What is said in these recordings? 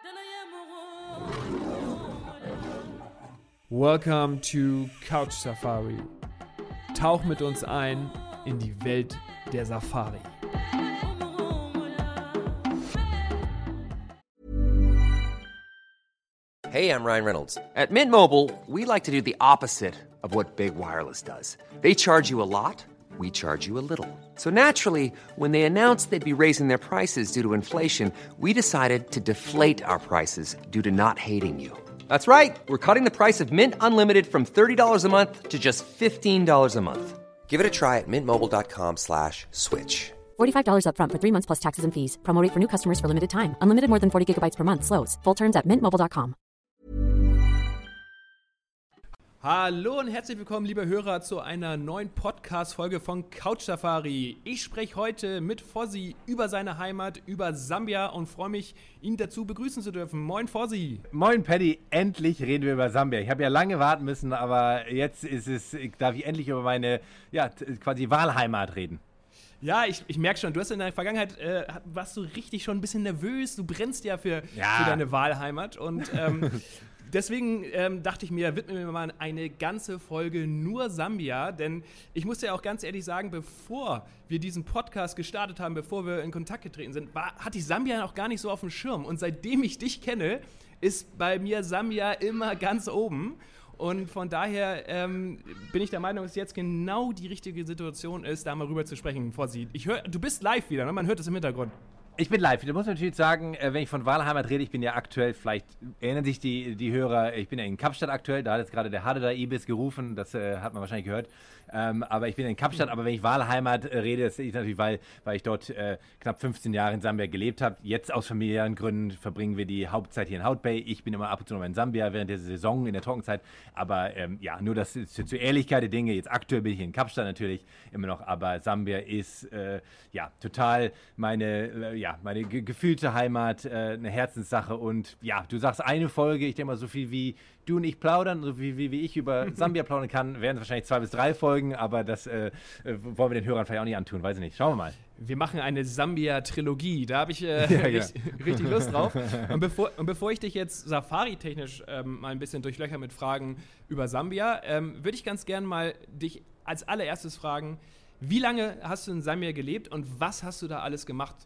Welcome to Couch Safari. Tauch mit uns ein in die Welt der Safari. Hey, I'm Ryan Reynolds. At Mint Mobile, we like to do the opposite of what Big Wireless does. They charge you a lot, we charge you a little. So naturally, when they announced they'd be raising their prices due to inflation, we decided to deflate our prices due to not hating you. That's right. We're cutting the price of Mint Unlimited from $30 a month to just $15 a month. Give it a try at mintmobile.com/switch. $45 up front for 3 months plus taxes and fees. Promo rate for new customers for limited time. Unlimited more than 40 gigabytes per month. Slows full terms at mintmobile.com. Hallo und herzlich willkommen, liebe Hörer, zu einer neuen Podcast-Folge von Couch Safari. Ich spreche heute mit Fozzy über seine Heimat, über Sambia und freue mich, ihn dazu begrüßen zu dürfen. Moin, Fozzy. Moin, Paddy. Endlich reden wir über Sambia. Ich habe ja lange warten müssen, aber jetzt darf ich endlich über meine, quasi Wahlheimat reden. Ja, ich merke schon, du hast in der Vergangenheit, warst du richtig schon ein bisschen nervös. Du brennst ja für deine Wahlheimat und deswegen dachte ich mir, widmen wir mal eine ganze Folge nur Sambia, denn ich muss ja auch ganz ehrlich sagen, bevor wir diesen Podcast gestartet haben, bevor wir in Kontakt getreten sind, hatte ich Sambia noch gar nicht so auf dem Schirm und seitdem ich dich kenne, ist bei mir Sambia immer ganz oben. Und von daher bin ich der Meinung, dass jetzt genau die richtige Situation ist, da mal rüber zu sprechen, Fozzy. Du bist live wieder, ne? Man hört es im Hintergrund. Ich bin live. Da muss man natürlich sagen, wenn ich von Wahlheimat rede, ich bin ja aktuell, vielleicht erinnern sich die Hörer, ich bin ja in Kapstadt aktuell, da hat jetzt gerade der Hadeda Ibis gerufen, das hat man wahrscheinlich gehört. Aber ich bin in Kapstadt, aber wenn ich Wahlheimat rede, das ist natürlich, weil ich dort knapp 15 Jahre in Sambia gelebt habe. Jetzt aus familiären Gründen verbringen wir die Hauptzeit hier in Hout Bay. Ich bin immer ab und zu noch in Sambia während der Saison, in der Trockenzeit. Aber nur das ist zur Ehrlichkeit der Dinge. Jetzt aktuell bin ich hier in Kapstadt natürlich immer noch, aber Sambia ist total meine gefühlte Heimat, eine Herzenssache. Und ja, du sagst eine Folge, ich denke mal, so viel wie du und ich plaudern, so wie ich über Sambia plaudern kann, werden es wahrscheinlich 2 bis 3 Folgen, aber das wollen wir den Hörern vielleicht auch nicht antun, weiß ich nicht. Schauen wir mal. Wir machen eine Sambia-Trilogie, da habe ich richtig Lust drauf. Und bevor ich dich jetzt safari-technisch mal ein bisschen durchlöcher mit Fragen über Sambia, würde ich ganz gern mal dich als allererstes fragen, wie lange hast du in Sambia gelebt und was hast du da alles gemacht?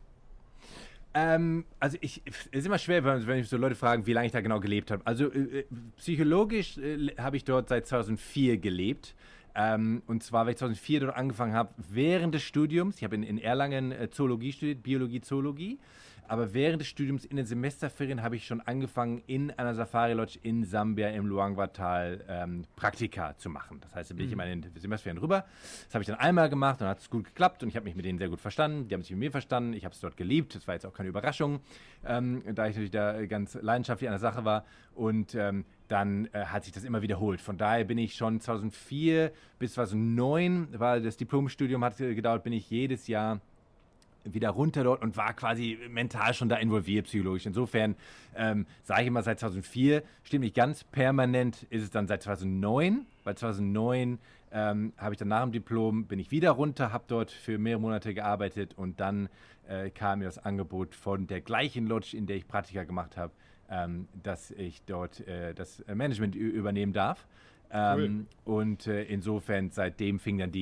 Also es ist immer schwer, wenn ich so Leute fragen, wie lange ich da genau gelebt habe. Also psychologisch habe ich dort seit 2004 gelebt. Und zwar, weil ich 2004 dort angefangen habe, während des Studiums. Ich habe in Erlangen Zoologie studiert, Biologie, Zoologie. Aber während des Studiums in den Semesterferien habe ich schon angefangen, in einer Safari-Lodge in Sambia im Luangwa-Tal Praktika zu machen. Das heißt, da bin ich immer in den Semesterferien rüber. Das habe ich dann einmal gemacht und hat es gut geklappt und ich habe mich mit denen sehr gut verstanden. Die haben sich mit mir verstanden. Ich habe es dort geliebt. Das war jetzt auch keine Überraschung, da ich natürlich da ganz leidenschaftlich an der Sache war. Und dann hat sich das immer wiederholt. Von daher bin ich schon 2004 bis 2009, weil das Diplomstudium hat gedauert, bin ich jedes Jahr wieder runter dort und war quasi mental schon da involviert, psychologisch. Insofern sage ich immer seit 2004, stimmt nicht ganz, permanent ist es dann seit 2009, weil 2009 habe ich dann nach dem Diplom, bin ich wieder runter, habe dort für mehrere Monate gearbeitet und dann kam mir das Angebot von der gleichen Lodge, in der ich Praktika gemacht habe, dass ich dort das Management übernehmen darf. Cool. Und insofern seitdem fing dann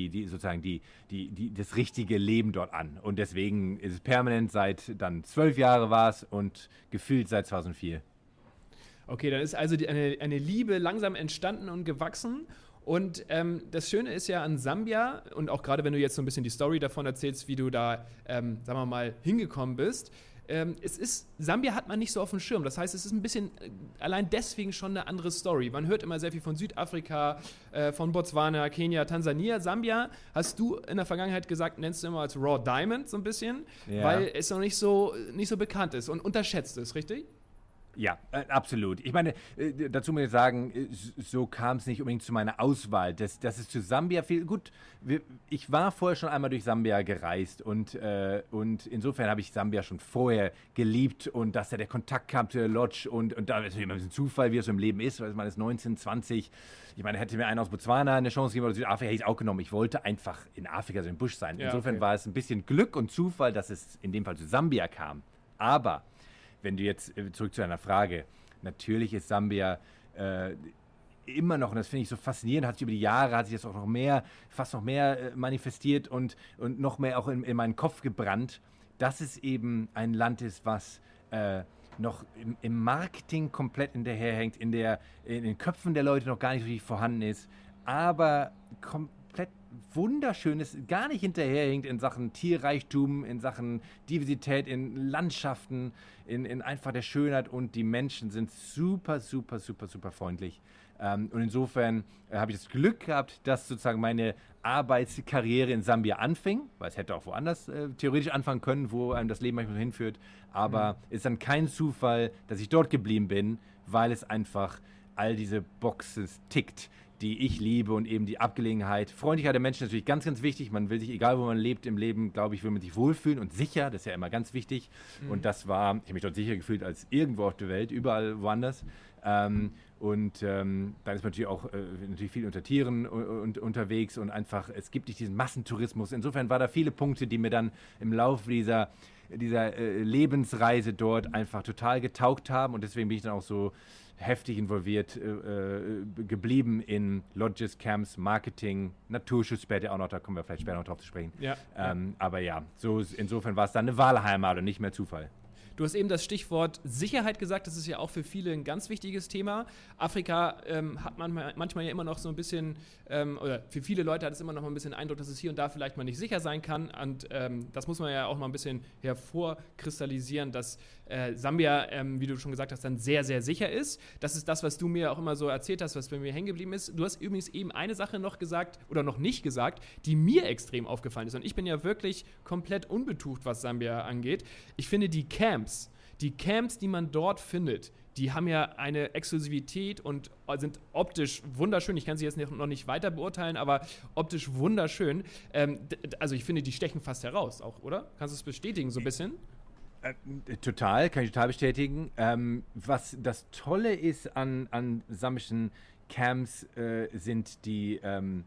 das richtige Leben dort an. Und deswegen ist es permanent seit dann 12 Jahre war es und gefühlt seit 2004. Okay, dann ist also eine Liebe langsam entstanden und gewachsen. Und das Schöne ist ja an Sambia, und auch gerade wenn du jetzt so ein bisschen die Story davon erzählst, wie du da, sagen wir mal, hingekommen bist, Sambia hat man nicht so auf dem Schirm. Das heißt, es ist ein bisschen allein deswegen schon eine andere Story. Man hört immer sehr viel von Südafrika, von Botswana, Kenia, Tansania. Sambia, hast du in der Vergangenheit gesagt, nennst du immer als Raw Diamond so ein bisschen, weil es noch nicht so bekannt ist und unterschätzt ist, richtig? Ja, absolut. Ich meine, dazu muss ich sagen, so kam es nicht unbedingt zu meiner Auswahl. Das ist zu Sambia viel. Gut, ich war vorher schon einmal durch Sambia gereist und insofern habe ich Sambia schon vorher geliebt und dass da der Kontakt kam zu der Lodge und da ist natürlich immer ein bisschen Zufall, wie es so im Leben ist, weil man ist 19, 20. Ich meine, hätte mir einer aus Botswana eine Chance gegeben oder Südafrika, hätte ich es auch genommen. Ich wollte einfach in Afrika, so im Busch sein. Insofern war es ein bisschen Glück und Zufall, dass es in dem Fall zu Sambia kam. Aber wenn du jetzt zurück zu deiner Frage, natürlich ist Sambia immer noch, und das finde ich so faszinierend, hat sich über die Jahre, hat sich das auch noch mehr, fast noch mehr manifestiert und noch mehr auch in meinen Kopf gebrannt, dass es eben ein Land ist, was noch im Marketing komplett hinterherhängt, in den Köpfen der Leute noch gar nicht so richtig vorhanden ist, aber komplett Wunderschönes gar nicht hinterherhinkt in Sachen Tierreichtum, in Sachen Diversität, in Landschaften, in einfach der Schönheit, und die Menschen sind super, super, super, super freundlich. Und insofern habe ich das Glück gehabt, dass sozusagen meine Arbeitskarriere in Sambia anfing, weil es hätte auch woanders theoretisch anfangen können, wo einem das Leben manchmal hinführt, aber es ist dann kein Zufall, dass ich dort geblieben bin, weil es einfach all diese Boxes tickt, die ich liebe, und eben die Abgelegenheit. Freundlichkeit der Menschen ist natürlich ganz, ganz wichtig. Man will sich, egal wo man lebt im Leben, glaube ich, will man sich wohlfühlen und sicher. Das ist ja immer ganz wichtig. Und das war, ich habe mich dort sicher gefühlt als irgendwo auf der Welt, überall woanders. Dann ist man natürlich auch natürlich viel unter Tieren unterwegs, und einfach, es gibt nicht diesen Massentourismus. Insofern waren da viele Punkte, die mir dann im Laufe dieser Lebensreise dort einfach total getaugt haben, und deswegen bin ich dann auch so heftig involviert geblieben in Lodges, Camps, Marketing, Naturschutz später auch noch, da kommen wir vielleicht später noch drauf zu sprechen. Ja. Aber ja, insofern war es dann eine Wahlheimat und nicht mehr Zufall. Du hast eben das Stichwort Sicherheit gesagt, das ist ja auch für viele ein ganz wichtiges Thema. Afrika hat manchmal ja immer noch so ein bisschen, oder für viele Leute hat es immer noch mal ein bisschen Eindruck, dass es hier und da vielleicht mal nicht sicher sein kann. Und das muss man ja auch mal ein bisschen hervorkristallisieren, dass Sambia, wie du schon gesagt hast, dann sehr, sehr sicher ist. Das ist das, was du mir auch immer so erzählt hast, was bei mir hängen geblieben ist. Du hast übrigens eben eine Sache noch gesagt, oder noch nicht gesagt, die mir extrem aufgefallen ist. Und ich bin ja wirklich komplett unbetucht, was Sambia angeht. Ich finde die Camps, die man dort findet, die haben ja eine Exklusivität und sind optisch wunderschön. Ich kann sie jetzt noch nicht weiter beurteilen, aber optisch wunderschön. Also ich finde, die stechen fast heraus auch, oder? Kannst du es bestätigen so ein bisschen? Total, kann ich total bestätigen. Was das Tolle ist an sambischen Camps, sind die,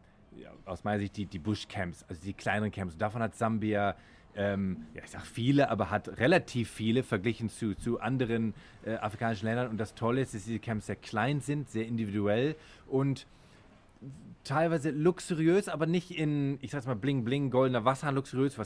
aus meiner Sicht, die Bushcamps, also die kleineren Camps. Davon hat Sambia, ich sage viele, aber hat relativ viele verglichen zu anderen afrikanischen Ländern. Und das Tolle ist, dass diese Camps sehr klein sind, sehr individuell und teilweise luxuriös, aber nicht in, ich sag's mal, bling bling, goldener Wasserhahn luxuriös,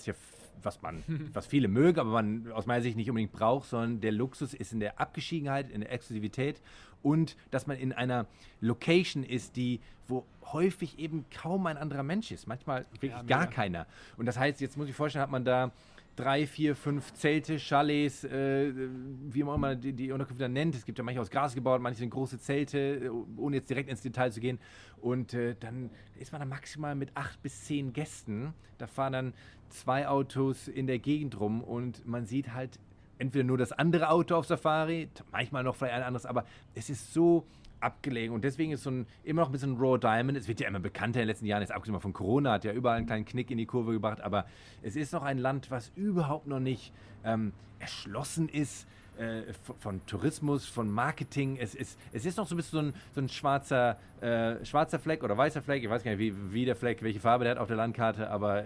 was viele mögen, aber man aus meiner Sicht nicht unbedingt braucht, sondern der Luxus ist in der Abgeschiedenheit, in der Exklusivität, und dass man in einer Location ist, wo häufig eben kaum ein anderer Mensch ist, manchmal wirklich gar keiner. Und das heißt, jetzt muss ich vorstellen, hat man da 3, 4, 5 Zelte, Chalets, wie man immer die Unterkünfte dann nennt. Es gibt ja manche aus Gras gebaut, manche sind große Zelte, ohne jetzt direkt ins Detail zu gehen. Und dann ist man da maximal mit 8 bis 10 Gästen. Da fahren dann 2 Autos in der Gegend rum, und man sieht halt entweder nur das andere Auto auf Safari, manchmal noch vielleicht ein anderes, aber es ist so abgelegen, und deswegen ist immer noch ein bisschen Raw Diamond. Es wird ja immer bekannter in den letzten Jahren, jetzt abgesehen von Corona, hat ja überall einen kleinen Knick in die Kurve gebracht, aber es ist noch ein Land, was überhaupt noch nicht erschlossen ist von Tourismus, von Marketing. Es ist noch so ein bisschen so ein schwarzer Fleck oder weißer Fleck, ich weiß gar nicht, wie der Fleck, welche Farbe der hat auf der Landkarte, aber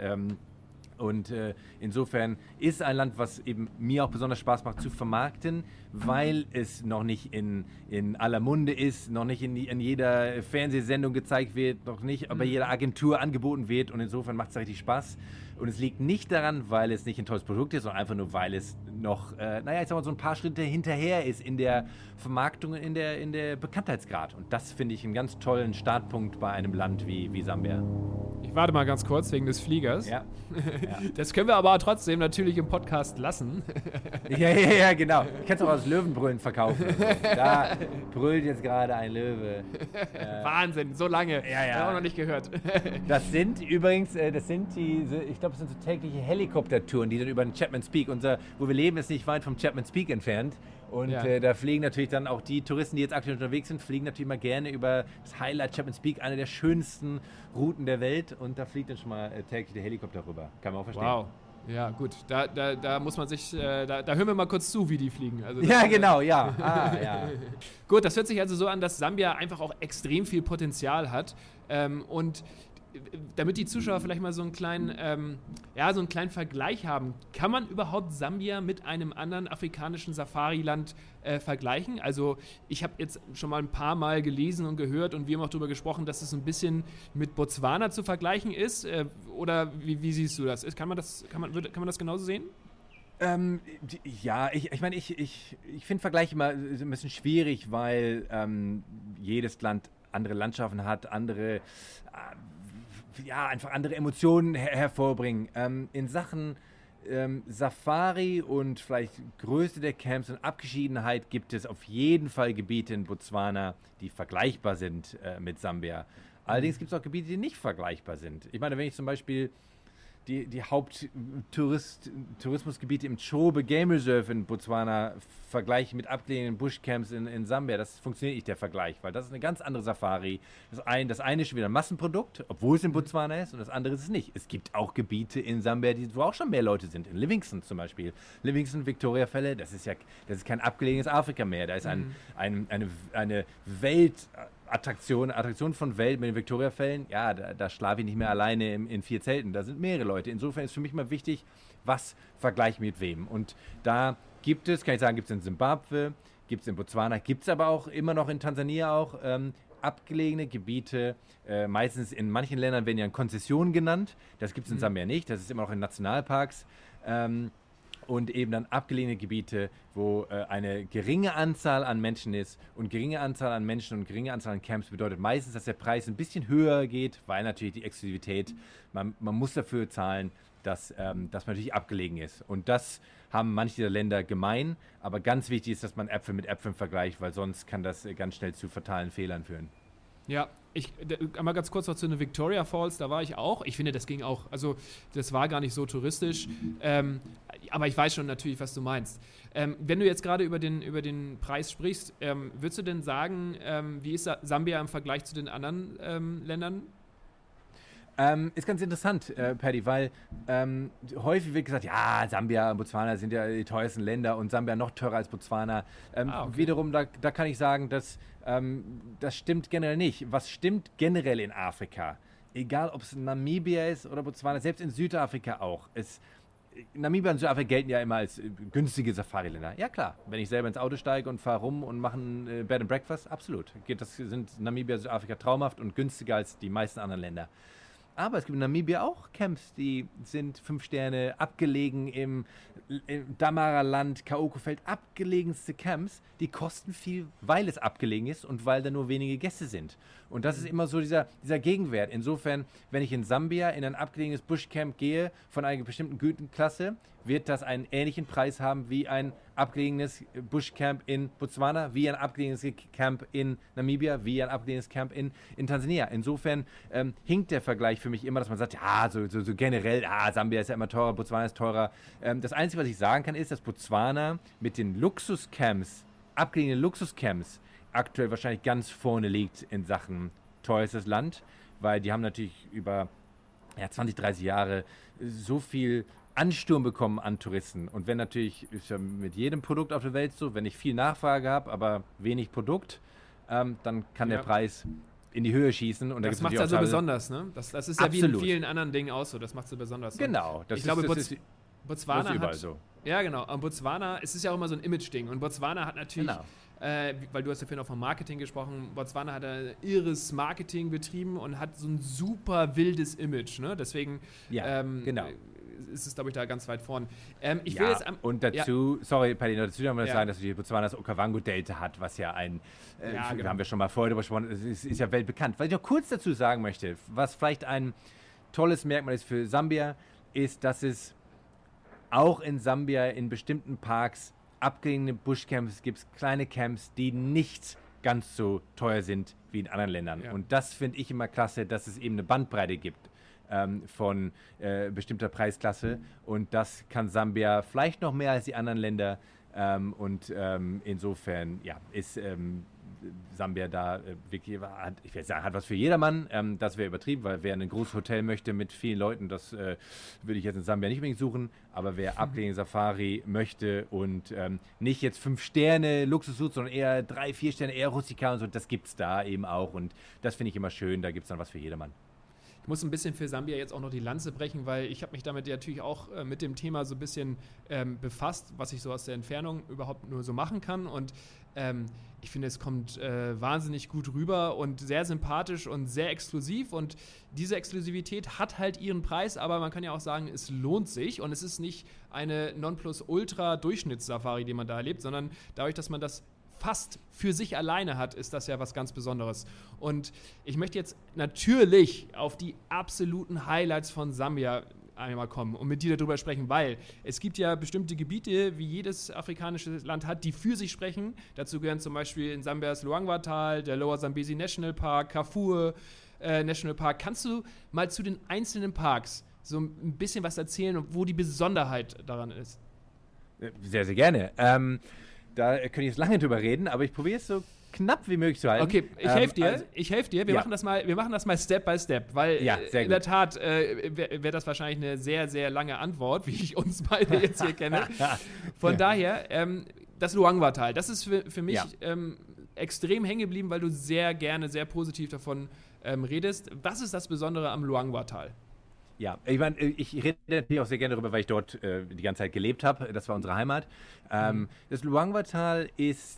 insofern ist ein Land, was eben mir auch besonders Spaß macht zu vermarkten, weil es noch nicht in aller Munde ist, noch nicht in jeder Fernsehsendung gezeigt wird, noch nicht bei jeder Agentur angeboten wird, und insofern macht es richtig Spaß. Und es liegt nicht daran, weil es nicht ein tolles Produkt ist, sondern einfach nur, weil es noch, ich sag mal, so ein paar Schritte hinterher ist in der Vermarktung, in der Bekanntheitsgrad. Und das finde ich einen ganz tollen Startpunkt bei einem Land wie Sambia. Ich warte mal ganz kurz wegen des Fliegers. Ja. Das können wir aber trotzdem natürlich im Podcast lassen. Ja, genau. Du kannst auch aus Löwenbrüllen verkaufen. Da brüllt jetzt gerade ein Löwe. Wahnsinn, so lange. Ja. Haben wir auch noch nicht gehört. Das sind übrigens, ich glaube, das sind so tägliche Helikoptertouren, die dann über den Chapman's Peak, wo wir leben, ist nicht weit vom Chapman's Peak entfernt. Und da fliegen natürlich dann auch die Touristen, die jetzt aktuell unterwegs sind, fliegen natürlich mal gerne über das Highlight Chapman's Peak, eine der schönsten Routen der Welt. Und da fliegt dann schon mal täglich der Helikopter rüber. Kann man auch verstehen. Wow. Ja, gut. Da muss man sich, da hören wir mal kurz zu, wie die fliegen. Also ja, genau, ja. Ja. Gut, das hört sich also so an, dass Sambia einfach auch extrem viel Potenzial hat. Und damit die Zuschauer vielleicht mal so einen kleinen Vergleich haben, kann man überhaupt Sambia mit einem anderen afrikanischen Safari-Land vergleichen? Also ich habe jetzt schon mal ein paar Mal gelesen und gehört und wir haben auch darüber gesprochen, dass es ein bisschen mit Botswana zu vergleichen ist. Oder wie siehst du das? Kann man das genauso sehen? Ich meine, ich finde Vergleiche immer ein bisschen schwierig, weil jedes Land andere Landschaften hat, einfach andere Emotionen hervorbringen. In Sachen Safari und vielleicht Größe der Camps und Abgeschiedenheit gibt es auf jeden Fall Gebiete in Botswana, die vergleichbar sind mit Sambia. Allerdings gibt es auch Gebiete, die nicht vergleichbar sind. Ich meine, wenn ich zum Beispiel die Haupttourismusgebiete im Chobe Game Reserve in Botswana vergleiche mit abgelegenen Bushcamps in Sambia, das funktioniert nicht, der Vergleich, weil das ist eine ganz andere Safari. Das eine ist schon wieder ein Massenprodukt, obwohl es in Botswana ist, und das andere ist es nicht. Es gibt auch Gebiete in Sambia, wo auch schon mehr Leute sind. In Livingstone zum Beispiel. Livingstone, Victoria-Fälle, das ist kein abgelegenes Afrika mehr. Da ist eine Attraktion von Welt mit den Victoria-Fällen, da schlafe ich nicht mehr alleine in 4 Zelten, da sind mehrere Leute. Insofern ist für mich mal wichtig, was vergleiche ich mit wem. Und da gibt es in Zimbabwe, gibt es in Botswana, gibt es aber auch immer noch in Tansania auch abgelegene Gebiete. Meistens in manchen Ländern werden ja Konzessionen genannt, das gibt es in Sambia nicht, das ist immer noch in Nationalparks. Und eben dann abgelegene Gebiete, wo eine geringe Anzahl an Menschen ist. Und geringe Anzahl an Menschen und geringe Anzahl an Camps bedeutet meistens, dass der Preis ein bisschen höher geht, weil natürlich die Exklusivität, man muss dafür zahlen, dass man natürlich abgelegen ist. Und das haben manche der Länder gemein. Aber ganz wichtig ist, dass man Äpfel mit Äpfeln vergleicht, weil sonst kann das ganz schnell zu fatalen Fehlern führen. Ja, einmal ganz kurz noch zu den Victoria Falls, da war ich auch. Ich finde, das ging auch, also das war gar nicht so touristisch, aber ich weiß schon natürlich, was du meinst. Wenn du jetzt gerade über den Preis sprichst, würdest du denn sagen, wie ist Sambia im Vergleich zu den anderen Ländern? Ist ganz interessant, Paddy, weil häufig wird gesagt, ja, Sambia und Botswana sind ja die teuersten Länder und Sambia noch teurer als Botswana. Okay. Wiederum, da kann ich sagen, dass das stimmt generell nicht. Was stimmt generell in Afrika? Egal, ob es Namibia ist oder Botswana, selbst in Südafrika auch. Namibia und Südafrika gelten ja immer als günstige Safari-Länder. Ja klar, wenn ich selber ins Auto steige und fahre rum und mache ein Bed and Breakfast, absolut. Das sind Namibia und Südafrika traumhaft und günstiger als die meisten anderen Länder. Aber es gibt in Namibia auch Camps, die sind 5 Sterne, abgelegen im Damara-Land, Kaoko-Feld, abgelegenste Camps, die kosten viel, weil es abgelegen ist und weil da nur wenige Gäste sind. Und das ist immer so dieser Gegenwert. Insofern, wenn ich in Sambia in ein abgelegenes Bushcamp gehe, von einer bestimmten Gütenklasse, wird das einen ähnlichen Preis haben wie ein abgelegenes Bushcamp in Botswana, wie ein abgelegenes Camp in Namibia, wie ein abgelegenes Camp in Tansania. Insofern hinkt der Vergleich für mich immer, dass man sagt, ja, so generell, Sambia ist ja immer teurer, Botswana ist teurer. Das Einzige, was ich sagen kann, ist, dass Botswana mit den Luxuscamps, abgelegenen Luxuscamps, aktuell wahrscheinlich ganz vorne liegt in Sachen teuerstes Land, weil die haben natürlich über 20, 30 Jahre so viel Ansturm bekommen an Touristen. Und wenn natürlich, ist ja mit jedem Produkt auf der Welt so, wenn ich viel Nachfrage habe, aber wenig Produkt, dann kann der Preis in die Höhe schießen. Und das macht es ja so besonders, ne? Das ist ja wie in vielen anderen Dingen auch so. Das macht es so besonders. Genau. Ich glaube, Botswana ist überall hat... so. Ja, genau. Und Botswana, es ist ja auch immer so ein Image-Ding. Und Botswana hat natürlich... Genau. Weil du hast ja vorhin auch vom Marketing gesprochen, Botswana hat ein irres Marketing betrieben und hat so ein super wildes Image, ne? Deswegen genau. ist es, glaube ich, da ganz weit vorn. Und dazu, sorry, Paddy, dazu haben wir sagen, dass die Botswana das Okavango-Delta hat, was ja genau. haben wir schon mal vorher darüber gesprochen, ist ja weltbekannt. Was ich noch kurz dazu sagen möchte, was vielleicht ein tolles Merkmal ist für Sambia, ist, dass es auch in Sambia in bestimmten Parks abgelegene Bushcamps gibt, kleine Camps, die nicht ganz so teuer sind wie in anderen Ländern. Ja. Und das finde ich immer klasse, dass es eben eine Bandbreite gibt von bestimmter Preisklasse. Und das kann Sambia vielleicht noch mehr als die anderen Länder. Insofern ist Sambia da wirklich, ich will sagen, hat was für jedermann. Das wäre übertrieben, weil wer ein großes Hotel möchte mit vielen Leuten, das würde ich jetzt in Sambia nicht unbedingt suchen. Aber wer abgelegene Safari möchte und nicht jetzt 5 Sterne Luxus sucht, sondern eher 3, 4 Sterne, eher rustikal und so, das gibt es da eben auch. Und das finde ich immer schön, da gibt es dann was für jedermann. muss ein bisschen für Sambia jetzt auch noch die Lanze brechen, weil ich habe mich damit ja natürlich auch mit dem Thema so ein bisschen befasst, was ich so aus der Entfernung überhaupt nur so machen kann. Und ich finde, es kommt wahnsinnig gut rüber und sehr sympathisch und sehr exklusiv. Und diese Exklusivität hat halt ihren Preis, aber man kann ja auch sagen, es lohnt sich. Und es ist nicht eine Nonplusultra-Durchschnittssafari, die man da erlebt, sondern dadurch, dass man das fast für sich alleine hat, ist das ja was ganz Besonderes. Und ich möchte jetzt natürlich auf die absoluten Highlights von Sambia einmal kommen und mit dir darüber sprechen, weil es gibt ja bestimmte Gebiete, wie jedes afrikanische Land hat, die für sich sprechen. Dazu gehören zum Beispiel in Sambia das Luangwa-Tal, der Lower Zambezi National Park, Kafue National Park. Kannst du mal zu den einzelnen Parks so ein bisschen was erzählen und wo die Besonderheit daran ist? Sehr, sehr gerne. Da könnte ich jetzt lange drüber reden, aber ich probiere es so knapp wie möglich zu halten. Okay, ich helfe dir. Wir machen das mal Step by Step, weil in der Tat wäre das wahrscheinlich eine sehr, sehr lange Antwort, wie ich uns beide jetzt hier kenne. Von daher, das Luangwa-Tal, das ist für mich extrem hängen geblieben, weil du sehr gerne, sehr positiv davon redest. Was ist das Besondere am Luangwa-Tal? Ja, ich meine, ich rede natürlich auch sehr gerne darüber, weil ich dort die ganze Zeit gelebt habe. Das war unsere Heimat. Das Luangwa-Tal ist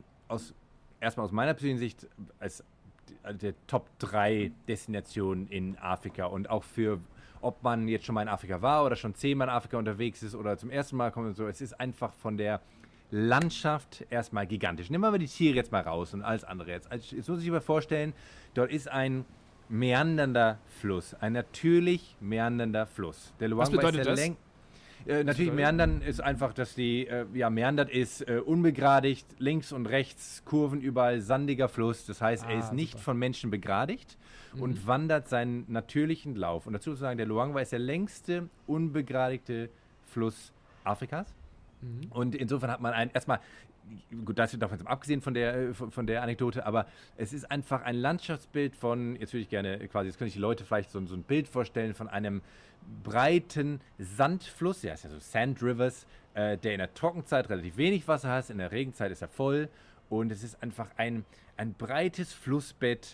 erstmal aus meiner persönlichen Sicht als der Top 3 Destination in Afrika und auch für, ob man jetzt schon mal in Afrika war oder schon 10-mal in Afrika unterwegs ist oder zum ersten Mal kommt und so. Es ist einfach von der Landschaft erstmal gigantisch. Nehmen wir mal die Tiere jetzt mal raus und alles andere jetzt. Also, jetzt muss ich mir vorstellen, dort ist ein meandernder Fluss, ein natürlich meandernder Fluss. Der Luangwa Was bedeutet das? Natürlich, meandern ist einfach, dass die meandert ist, unbegradigt, links und rechts Kurven überall, sandiger Fluss. Das heißt, er ist nicht von Menschen begradigt und wandert seinen natürlichen Lauf. Und dazu zu sagen, der Luangwa ist der längste unbegradigte Fluss Afrikas. Und insofern hat man erstmal, gut, das wird davon abgesehen von der Anekdote, aber es ist einfach ein Landschaftsbild von, jetzt würde ich gerne quasi, jetzt könnte ich die Leute vielleicht so ein Bild vorstellen von einem breiten Sandfluss, ja, ist ja so Sand Rivers, der in der Trockenzeit relativ wenig Wasser hat, in der Regenzeit ist er voll und es ist einfach ein breites Flussbett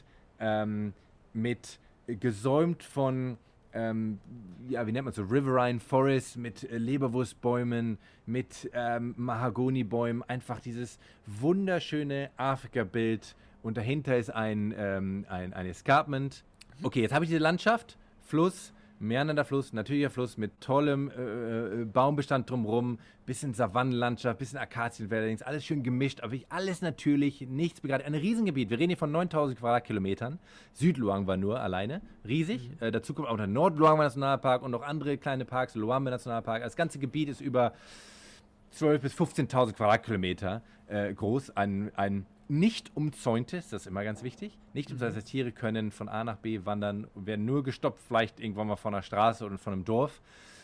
mit gesäumt von wie nennt man so, Riverine Forest mit Leberwurstbäumen, mit Mahagonibäumen, einfach dieses wunderschöne Afrika-Bild und dahinter ist ein Escarpment. Okay, jetzt habe ich diese Landschaft, Fluss, meandernder Fluss, natürlicher Fluss mit tollem Baumbestand drumherum, bisschen Savannenlandschaft, bisschen Akazienwälder, alles schön gemischt, aber alles natürlich, nichts begradigt. Ein Riesengebiet, wir reden hier von 9000 Quadratkilometern, Südluangwa nur alleine, riesig. Dazu kommt auch der Nordluangwa Nationalpark und noch andere kleine Parks, Luambe Nationalpark. Das ganze Gebiet ist über 12.000 bis 15.000 Quadratkilometer groß, ein nicht umzäuntes, das ist immer ganz wichtig. Nicht umzäuntes, Tiere können von A nach B wandern, werden nur gestoppt, vielleicht irgendwann mal von einer Straße oder von einem Dorf.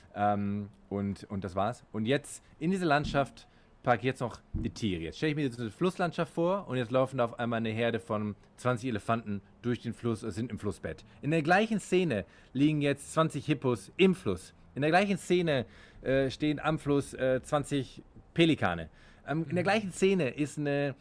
Und das war's. Und jetzt in diese Landschaft packe ich jetzt noch die Tiere. Jetzt stelle ich mir diese Flusslandschaft vor und jetzt laufen da auf einmal eine Herde von 20 Elefanten durch den Fluss, sind im Flussbett. In der gleichen Szene liegen jetzt 20 Hippos im Fluss. In der gleichen Szene stehen am Fluss 20 Pelikane. In der gleichen Szene ist eine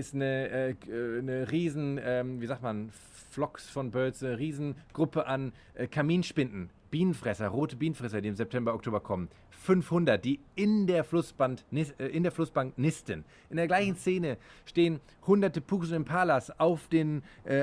riesen, wie sagt man, Flocks von Birds, eine Riesengruppe an Kaminspinden, Bienenfresser, rote Bienenfresser, die im September, Oktober kommen. 500, die in der Flussbank nisten. In der gleichen Szene stehen hunderte Pukus und Impalas auf diesen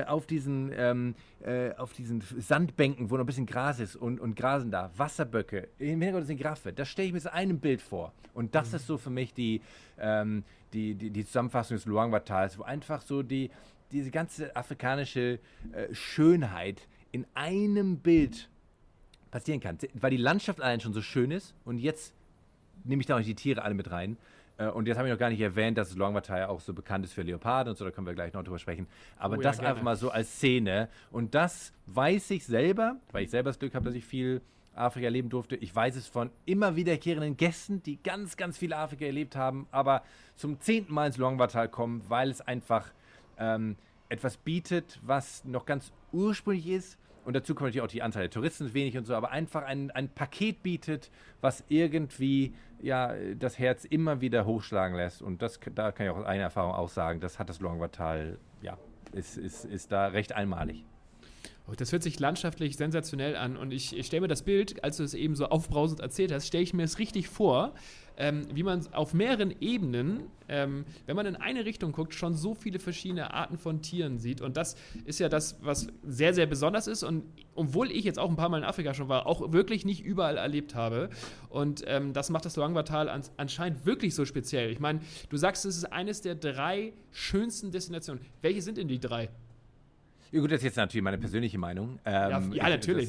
Sandbänken, wo noch ein bisschen Gras ist und grasen da. Wasserböcke, im Hintergrund ist eine Giraffe. Das stelle ich mir so einem Bild vor. Und das ist so für mich die Zusammenfassung des Luangwa-Tals, wo einfach so diese ganze afrikanische Schönheit in einem Bild passieren kann, weil die Landschaft allein schon so schön ist und jetzt nehme ich da auch die Tiere alle mit rein und jetzt habe ich noch gar nicht erwähnt, dass das Luangwa-Tal ja auch so bekannt ist für Leoparden und so, da können wir gleich noch drüber sprechen, aber das einfach mal so als Szene und das weiß ich selber, weil ich selber das Glück habe, dass ich viel Afrika erleben durfte. Ich weiß es von immer wiederkehrenden Gästen, die ganz, ganz viel Afrika erlebt haben, aber zum 10. Mal ins Luangwa-Tal kommen, weil es einfach etwas bietet, was noch ganz ursprünglich ist. Und dazu kommt natürlich auch die Anzahl der Touristen ist wenig und so, aber einfach ein Paket bietet, was irgendwie das Herz immer wieder hochschlagen lässt. Und da kann ich auch aus eigener Erfahrung auch sagen, das hat das Luangwa-Tal, ist da recht einmalig. Oh, das hört sich landschaftlich sensationell an und ich stelle mir das Bild, als du es eben so aufbrausend erzählt hast, stelle ich mir es richtig vor, wie man auf mehreren Ebenen, wenn man in eine Richtung guckt, schon so viele verschiedene Arten von Tieren sieht. Und das ist ja das, was sehr, sehr besonders ist. Und obwohl ich jetzt auch ein paar Mal in Afrika schon war, auch wirklich nicht überall erlebt habe. Und das macht das Luangwa-Tal anscheinend wirklich so speziell. Ich meine, du sagst, es ist eines der 3 schönsten Destinationen. Welche sind denn die 3? Ja gut, das ist jetzt natürlich meine persönliche Meinung. Ja, natürlich.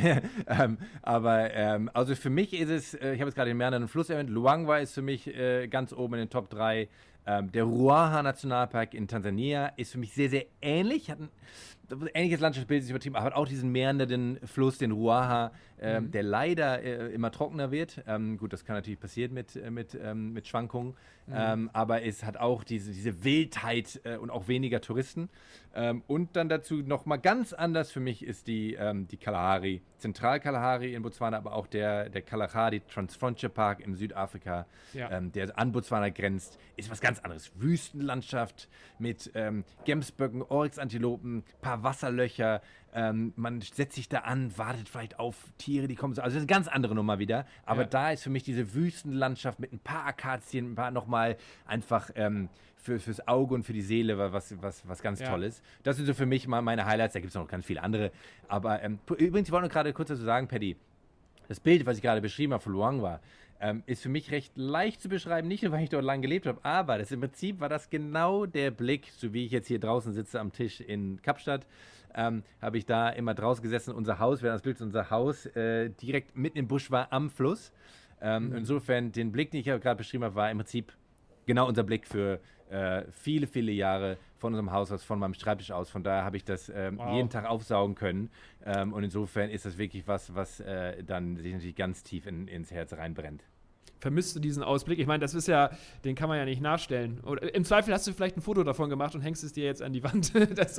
Also für mich ist es, ich habe jetzt gerade den mehreren Fluss erwähnt, Luangwa ist für mich ganz oben in den Top 3. Der Ruaha-Nationalpark in Tansania ist für mich sehr, sehr ähnlich. Hat ein ähnliches Landschaftsbild, ist übertrieben, aber hat auch diesen meandernden Fluss, den Ruaha, der leider immer trockener wird. Gut, das kann natürlich passieren mit Schwankungen, aber es hat auch diese Wildheit und auch weniger Touristen. Und dann dazu nochmal ganz anders für mich ist die Kalahari, Zentral-Kalahari in Botswana, aber auch der Kalahari Transfrontier Park in Südafrika, der an Botswana grenzt, ist was ganz anderes. Wüstenlandschaft mit Gemsböcken, Oryx-Antilopen, paar Wasserlöcher. Man setzt sich da an, wartet vielleicht auf Tiere, die kommen. Also das ist eine ganz andere Nummer wieder. Aber da ist für mich diese Wüstenlandschaft mit ein paar Akazien, ein paar nochmal einfach fürs Auge und für die Seele was ganz Tolles. Das sind so für mich mal meine Highlights. Da gibt es noch ganz viele andere. Aber übrigens, ich wollte noch gerade kurz dazu sagen, Paddy, das Bild, was ich gerade beschrieben habe von Luangwa, ist für mich recht leicht zu beschreiben, nicht nur, weil ich dort lange gelebt habe, aber im Prinzip war das genau der Blick, so wie ich jetzt hier draußen sitze am Tisch in Kapstadt, habe ich da immer draußen gesessen. Unser Haus, wer das Bild, unser Haus direkt mitten im Busch war am Fluss. Insofern, den Blick, den ich gerade beschrieben habe, war im Prinzip genau unser Blick für viele, viele Jahre von unserem Haus aus, von meinem Schreibtisch aus. Von daher habe ich das jeden Tag aufsaugen können. Und insofern ist das wirklich was dann sich natürlich ganz tief ins Herz reinbrennt. Vermisst du diesen Ausblick? Ich meine, das ist ja, den kann man ja nicht nachstellen. Oder im Zweifel hast du vielleicht ein Foto davon gemacht und hängst es dir jetzt an die Wand.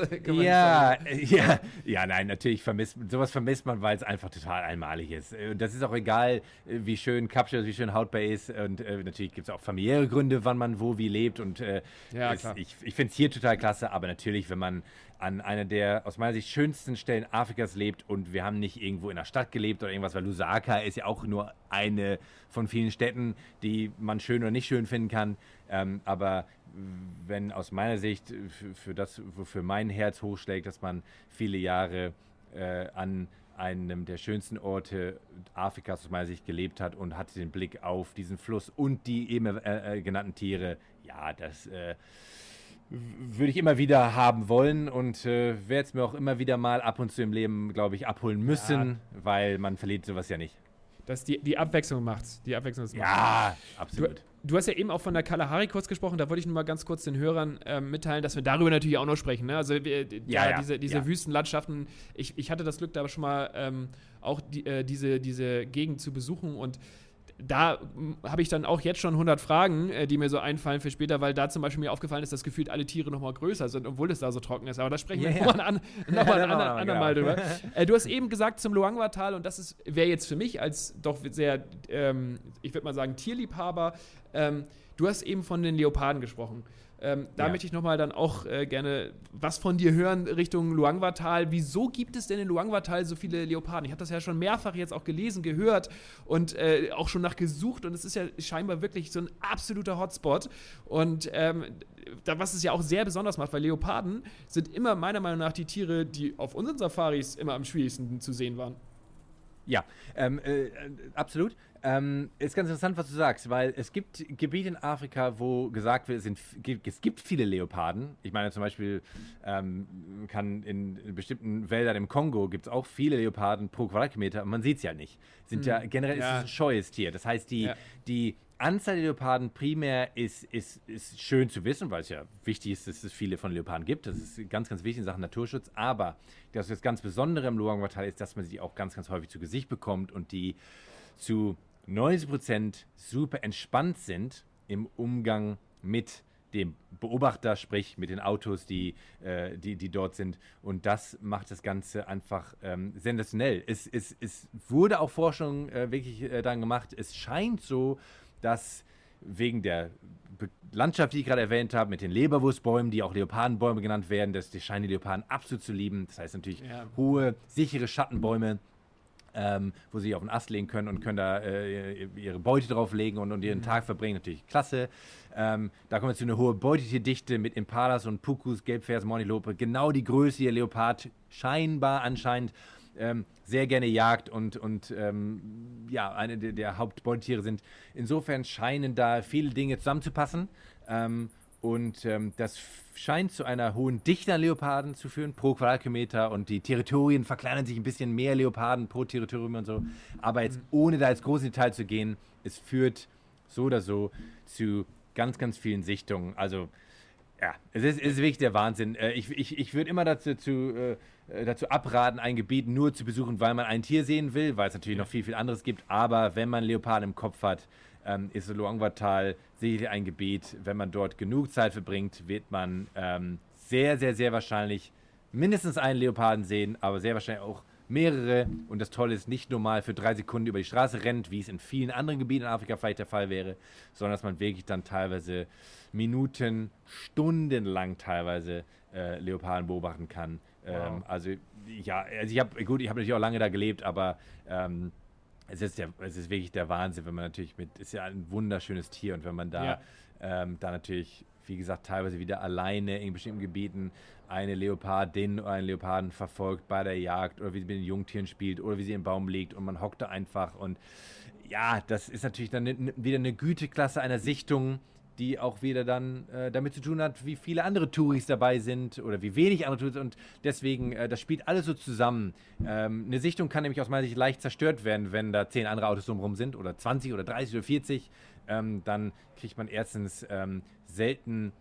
Nein, natürlich sowas vermisst man, weil es einfach total einmalig ist. Und das ist auch egal, wie schön Kapstadt, wie schön Hout Bay ist. Und natürlich gibt es auch familiäre Gründe, wann man wo wie lebt. Und ich finde es hier total klasse, aber natürlich, wenn man an einer der aus meiner Sicht schönsten Stellen Afrikas lebt und wir haben nicht irgendwo in der Stadt gelebt oder irgendwas, weil Lusaka ist ja auch nur eine von vielen Städten, die man schön oder nicht schön finden kann. Aber wenn aus meiner Sicht für das, wofür mein Herz hochschlägt, dass man viele Jahre an einem der schönsten Orte Afrikas aus meiner Sicht gelebt hat und hatte den Blick auf diesen Fluss und die eben genannten Tiere, ja, das würde ich immer wieder haben wollen und werde es mir auch immer wieder mal ab und zu im Leben, glaube ich, abholen müssen, weil man verliert sowas ja nicht. Dass die Abwechslung macht's. Ja, absolut. Du hast ja eben auch von der Kalahari kurz gesprochen, da wollte ich nur mal ganz kurz den Hörern mitteilen, dass wir darüber natürlich auch noch sprechen. Ne? Also diese Wüstenlandschaften, ich hatte das Glück, da schon mal auch diese Gegend zu besuchen und da habe ich dann auch jetzt schon 100 Fragen, die mir so einfallen für später, weil da zum Beispiel mir aufgefallen ist, dass gefühlt alle Tiere noch mal größer sind, obwohl es da so trocken ist. Aber da sprechen wir nochmal ein andermal drüber. Du hast eben gesagt zum Luangwa-Tal, und das wäre jetzt für mich als doch sehr, ich würde mal sagen, Tierliebhaber, du hast eben von den Leoparden gesprochen. Möchte ich nochmal dann auch gerne was von dir hören Richtung Luangwa-Tal. Wieso gibt es denn in Luangwa-Tal so viele Leoparden? Ich habe das ja schon mehrfach jetzt auch gelesen, gehört und auch schon nachgesucht. Und es ist ja scheinbar wirklich so ein absoluter Hotspot. Und was es ja auch sehr besonders macht, weil Leoparden sind immer meiner Meinung nach die Tiere, die auf unseren Safaris immer am schwierigsten zu sehen waren. Ja, absolut. Ist ganz interessant, was du sagst, weil es gibt Gebiete in Afrika, wo gesagt wird, es gibt viele Leoparden. Ich meine zum Beispiel, kann in bestimmten Wäldern im Kongo gibt es auch viele Leoparden pro Quadratkilometer, aber man sieht es ja nicht. Generell ist es ein scheues Tier. Das heißt, die Anzahl der Leoparden primär ist schön zu wissen, weil es ja wichtig ist, dass es viele von Leoparden gibt. Das ist ganz, ganz wichtig in Sachen Naturschutz. Aber das ganz Besondere im Luangwa-Tal ist, dass man sie auch ganz, ganz häufig zu Gesicht bekommt und die zu 90% super entspannt sind im Umgang mit dem Beobachter, sprich mit den Autos, die dort sind. Und das macht das Ganze einfach sensationell. Es wurde auch Forschung wirklich dann gemacht. Es scheint so, dass wegen der Landschaft, die ich gerade erwähnt habe, mit den Leberwurstbäumen, die auch Leopardenbäume genannt werden, die scheinen die Leoparden absolut zu lieben. Das heißt natürlich hohe, sichere Schattenbäume, wo sie auf den Ast legen können und können da ihre Beute drauflegen und ihren Tag verbringen. Natürlich klasse. Da kommen wir zu einer hohen Beutetierdichte mit Impalas und Pukus, Gelbfers, Mornilope. Genau die Größe, die der Leopard scheinbar anscheinend sehr gerne jagt und eine der Hauptbeutetiere sind. Insofern scheinen da viele Dinge zusammenzupassen. Das scheint zu einer hohen Dichte an Leoparden zu führen pro Quadratkilometer und die Territorien verkleinern sich ein bisschen mehr Leoparden pro Territorium und so. Aber jetzt ohne da ins große Detail zu gehen, es führt so oder so zu ganz, ganz vielen Sichtungen. Also ja, es ist wirklich der Wahnsinn. Ich würde immer dazu abraten, ein Gebiet nur zu besuchen, weil man ein Tier sehen will, weil es natürlich noch viel, viel anderes gibt. Aber wenn man Leoparden im Kopf hat, ist Luangwa Tal sicherlich ein Gebiet, wenn man dort genug Zeit verbringt, wird man sehr, sehr, sehr wahrscheinlich mindestens einen Leoparden sehen, aber sehr wahrscheinlich auch mehrere. Und das Tolle ist, nicht nur mal für 3 Sekunden über die Straße rennt, wie es in vielen anderen Gebieten in Afrika vielleicht der Fall wäre, sondern dass man wirklich dann teilweise Minuten, Stunden lang teilweise Leoparden beobachten kann. Wow. Ich habe natürlich auch lange da gelebt, aber es ist wirklich der Wahnsinn, wenn man natürlich ist ja ein wunderschönes Tier und wenn man da natürlich, wie gesagt, teilweise wieder alleine in bestimmten Gebieten eine Leopardin oder einen Leoparden verfolgt bei der Jagd oder wie sie mit den Jungtieren spielt oder wie sie im Baum liegt und man hockt da einfach und ja, das ist natürlich dann wieder eine Güteklasse einer Sichtung, die auch wieder dann damit zu tun hat, wie viele andere Touris dabei sind oder wie wenig andere Touris und deswegen, das spielt alles so zusammen. Eine Sichtung kann nämlich aus meiner Sicht leicht zerstört werden, wenn da 10 andere Autos drumherum sind oder 20 oder 30 oder 40. Dann kriegt man erstens selten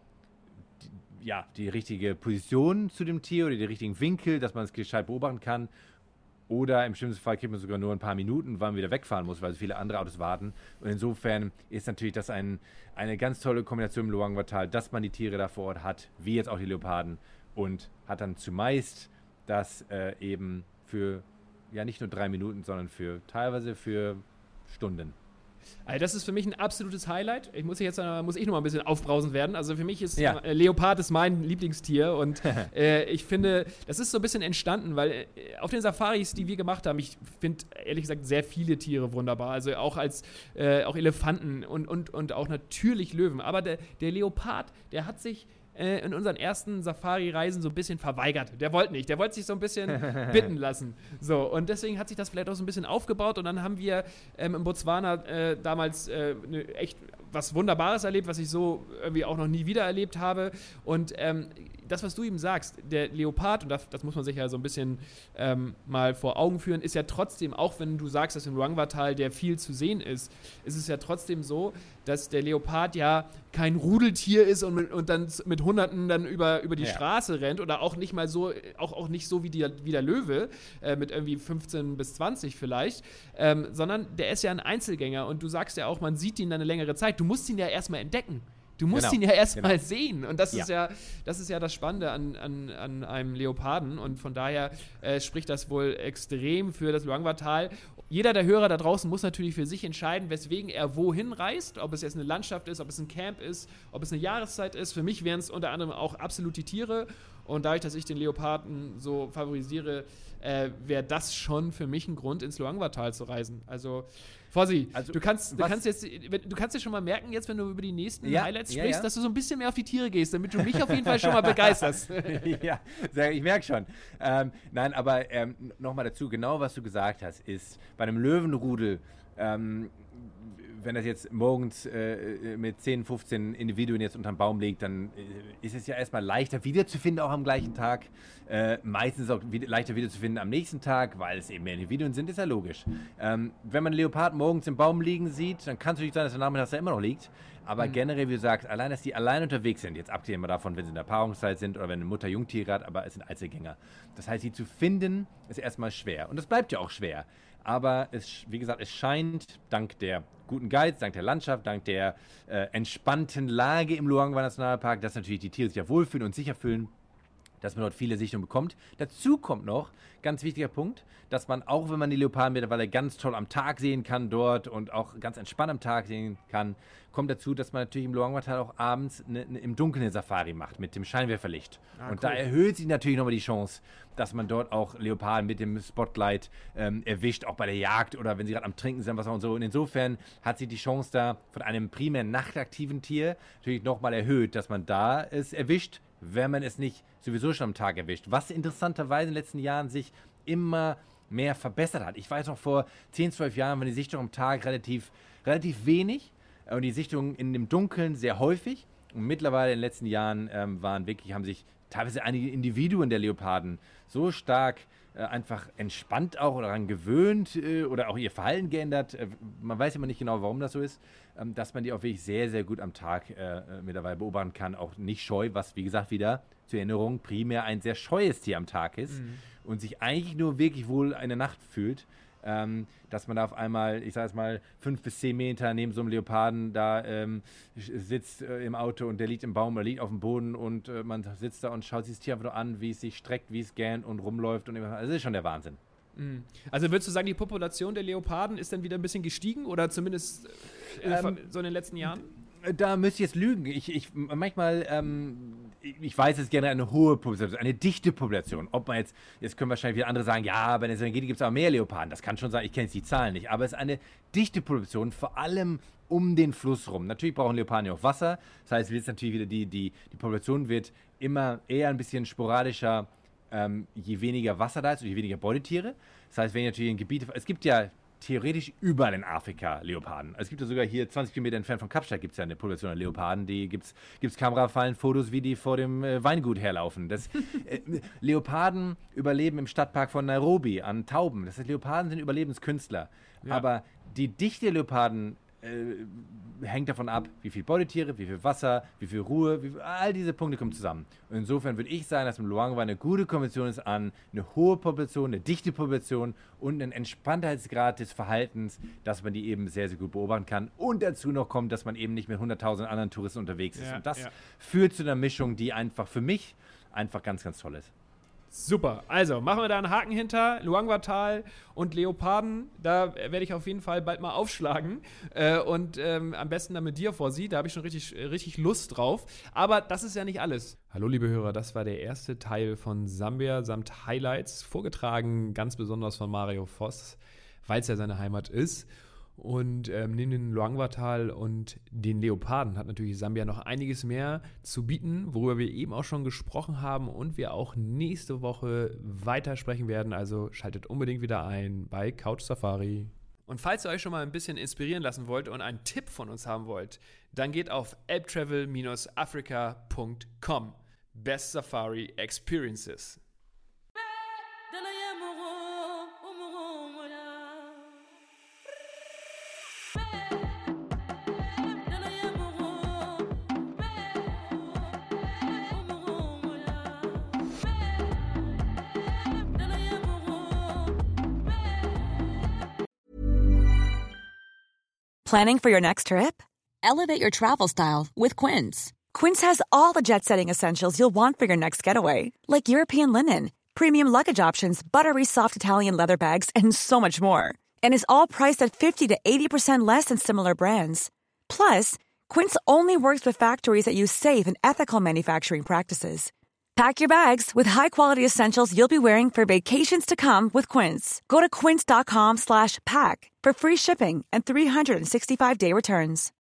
die richtige Position zu dem Tier oder den richtigen Winkel, dass man es gescheit beobachten kann. Oder im schlimmsten Fall kriegt man sogar nur ein paar Minuten, weil man wieder wegfahren muss, weil so viele andere Autos warten. Und insofern ist natürlich das eine ganz tolle Kombination im Luangwa Tal, dass man die Tiere da vor Ort hat, wie jetzt auch die Leoparden. Und hat dann zumeist das eben für, nicht nur 3 Minuten, sondern teilweise für Stunden. Also das ist für mich ein absolutes Highlight. Muss ich noch mal ein bisschen aufbrausend werden. Also für mich ist Leopard ist mein Lieblingstier und ich finde, das ist so ein bisschen entstanden, weil auf den Safaris, die wir gemacht haben, ich finde ehrlich gesagt sehr viele Tiere wunderbar. Also auch auch Elefanten und auch natürlich Löwen. Aber der Leopard, der hat sich in unseren ersten Safari-Reisen so ein bisschen verweigert. Der wollte nicht. Der wollte sich so ein bisschen bitten lassen. So, und deswegen hat sich das vielleicht auch so ein bisschen aufgebaut und dann haben wir in Botswana damals echt was Wunderbares erlebt, was ich so irgendwie auch noch nie wieder erlebt habe. Und das, was du eben sagst, der Leopard, und das muss man sich ja so ein bisschen mal vor Augen führen, ist ja trotzdem, auch wenn du sagst, dass im Luangwa Tal der viel zu sehen ist es ja trotzdem so, dass der Leopard ja kein Rudeltier ist und dann mit Hunderten dann über die Straße rennt oder auch nicht mal so, auch nicht so wie der Löwe, mit irgendwie 15 bis 20 vielleicht, sondern der ist ja ein Einzelgänger und du sagst ja auch, man sieht ihn dann eine längere Zeit. Du musst ihn ja erstmal entdecken. Du musst ihn ja erstmal sehen. Und das ist ja das Spannende an einem Leoparden. Und von daher spricht das wohl extrem für das Luangwa Tal. Jeder der Hörer da draußen muss natürlich für sich entscheiden, weswegen er wohin reist. Ob es jetzt eine Landschaft ist, ob es ein Camp ist, ob es eine Jahreszeit ist. Für mich wären es unter anderem auch absolut die Tiere. Und dadurch, dass ich den Leoparden so favorisiere, wäre das schon für mich ein Grund, ins Luangwa Tal zu reisen. Also Fossi, du kannst dir schon mal merken, jetzt, wenn du über die nächsten Highlights sprichst, dass du so ein bisschen mehr auf die Tiere gehst, damit du mich auf jeden Fall schon mal begeisterst. Ja, ich merke schon. Nein, aber nochmal dazu, genau was du gesagt hast, ist bei einem Löwenrudel, wenn das jetzt morgens mit 10, 15 Individuen jetzt unterm Baum liegt, dann ist es ja erstmal leichter wiederzufinden, auch am gleichen Tag. Meistens auch leichter wiederzufinden am nächsten Tag, weil es eben mehr Individuen sind, ist ja logisch. Wenn man einen Leopard morgens im Baum liegen sieht, dann kann es natürlich sein, dass der Nachmittag da immer noch liegt. Aber generell, wie du sagst, allein, dass die allein unterwegs sind, jetzt abgesehen davon, wenn sie in der Paarungszeit sind oder wenn eine Mutter Jungtiere hat, aber es sind Einzelgänger. Das heißt, sie zu finden, ist erstmal schwer. Und das bleibt ja auch schwer. Aber wie gesagt, es scheint dank der guten Guides, dank der Landschaft, dank der entspannten Lage im Luangwa Nationalpark, dass natürlich die Tiere sich ja wohlfühlen und sicher fühlen, dass man dort viele Sichtungen bekommt. Dazu kommt noch, ganz wichtiger Punkt, dass man, auch wenn man die Leoparden mittlerweile ganz toll am Tag sehen kann dort und auch ganz entspannt am Tag sehen kann, kommt dazu, dass man natürlich im Luangwa-Tal auch abends im Dunkeln eine Safari macht mit dem Scheinwerferlicht. Und cool. Da erhöht sich natürlich nochmal die Chance, dass man dort auch Leoparden mit dem Spotlight erwischt, auch bei der Jagd oder wenn sie gerade am Trinken sind, was auch und so. Und insofern hat sich die Chance da von einem primär nachtaktiven Tier natürlich nochmal erhöht, dass man da es erwischt, wenn man es nicht sowieso schon am Tag erwischt. Was interessanterweise in den letzten Jahren sich immer mehr verbessert hat. Ich weiß noch, vor 10, 12 Jahren waren die Sichtungen am Tag relativ wenig und die Sichtungen in dem Dunkeln sehr häufig. Und mittlerweile in den letzten Jahren haben sich teilweise einige Individuen der Leoparden so stark einfach entspannt auch oder daran gewöhnt oder auch ihr Verhalten geändert. Man weiß immer nicht genau, warum das so ist, dass man die auch wirklich sehr, sehr gut am Tag mittlerweile beobachten kann. Auch nicht scheu, was, wie gesagt, wieder zur Erinnerung primär ein sehr scheues Tier am Tag ist und sich eigentlich nur wirklich wohl eine Nacht fühlt. Dass man da auf einmal, ich sage es mal, 5 bis 10 Meter neben so einem Leoparden da sitzt im Auto und der liegt im Baum oder liegt auf dem Boden und man sitzt da und schaut sich das Tier einfach nur an, wie es sich streckt, wie es gähnt und rumläuft. Und also das ist schon der Wahnsinn. Also würdest du sagen, die Population der Leoparden ist dann wieder ein bisschen gestiegen oder zumindest so in den letzten Jahren? Da müsste ich jetzt lügen. Ich weiß, es ist gerne eine hohe Population, eine dichte Population. Ob man jetzt können wahrscheinlich wieder andere sagen, ja, bei der Serengeti gibt es auch mehr Leoparden. Das kann schon sein, ich kenne jetzt die Zahlen nicht. Aber es ist eine dichte Population, vor allem um den Fluss rum. Natürlich brauchen Leoparden ja auch Wasser. Das heißt, jetzt natürlich wieder die Population wird immer eher ein bisschen sporadischer, je weniger Wasser da ist und je weniger Beutetiere. Das heißt, wenn natürlich in Gebiete, es gibt ja theoretisch überall in Afrika Leoparden. Also es gibt ja sogar hier 20 Kilometer entfernt von Kapstadt gibt es ja eine Population an Leoparden. Die gibt's Kamerafallen, Fotos, wie die vor dem Weingut herlaufen. Leoparden überleben im Stadtpark von Nairobi an Tauben. Das heißt, Leoparden sind Überlebenskünstler. Ja. Aber die Dichte der Leoparden hängt davon ab, wie viel Beutetiere, wie viel Wasser, wie viel Ruhe, all diese Punkte kommen zusammen. Und insofern würde ich sagen, dass im Luangwa eine gute Kombination ist an eine hohe Population, eine dichte Population und einen Entspanntheitsgrad des Verhaltens, dass man die eben sehr, sehr gut beobachten kann. Und dazu noch kommt, dass man eben nicht mit 100.000 anderen Touristen unterwegs ist. Und das führt zu einer Mischung, die einfach für mich einfach ganz, ganz toll ist. Super, also machen wir da einen Haken hinter, Luangwa-Tal und Leoparden, da werde ich auf jeden Fall bald mal aufschlagen und am besten dann mit dir Fossi, da habe ich schon richtig Lust drauf, aber das ist ja nicht alles. Hallo liebe Hörer, das war der erste Teil von Sambia samt Highlights, vorgetragen ganz besonders von Mario Voss, weil es ja seine Heimat ist. Und neben dem Luangwa-Tal und den Leoparden hat natürlich Sambia noch einiges mehr zu bieten, worüber wir eben auch schon gesprochen haben und wir auch nächste Woche weitersprechen werden. Also schaltet unbedingt wieder ein bei Couch Safari. Und falls ihr euch schon mal ein bisschen inspirieren lassen wollt und einen Tipp von uns haben wollt, dann geht auf elbtravel-africa.com. Best Safari Experiences. Planning for your next trip? Elevate your travel style with Quince. Quince has all the jet-setting essentials you'll want for your next getaway, like European linen, premium luggage options, buttery soft Italian leather bags, and so much more. And is all priced at 50 to 80% less than similar brands. Plus, Quince only works with factories that use safe and ethical manufacturing practices. Pack your bags with high-quality essentials you'll be wearing for vacations to come with Quince. Go to quince.com/pack for free shipping and 365-day returns.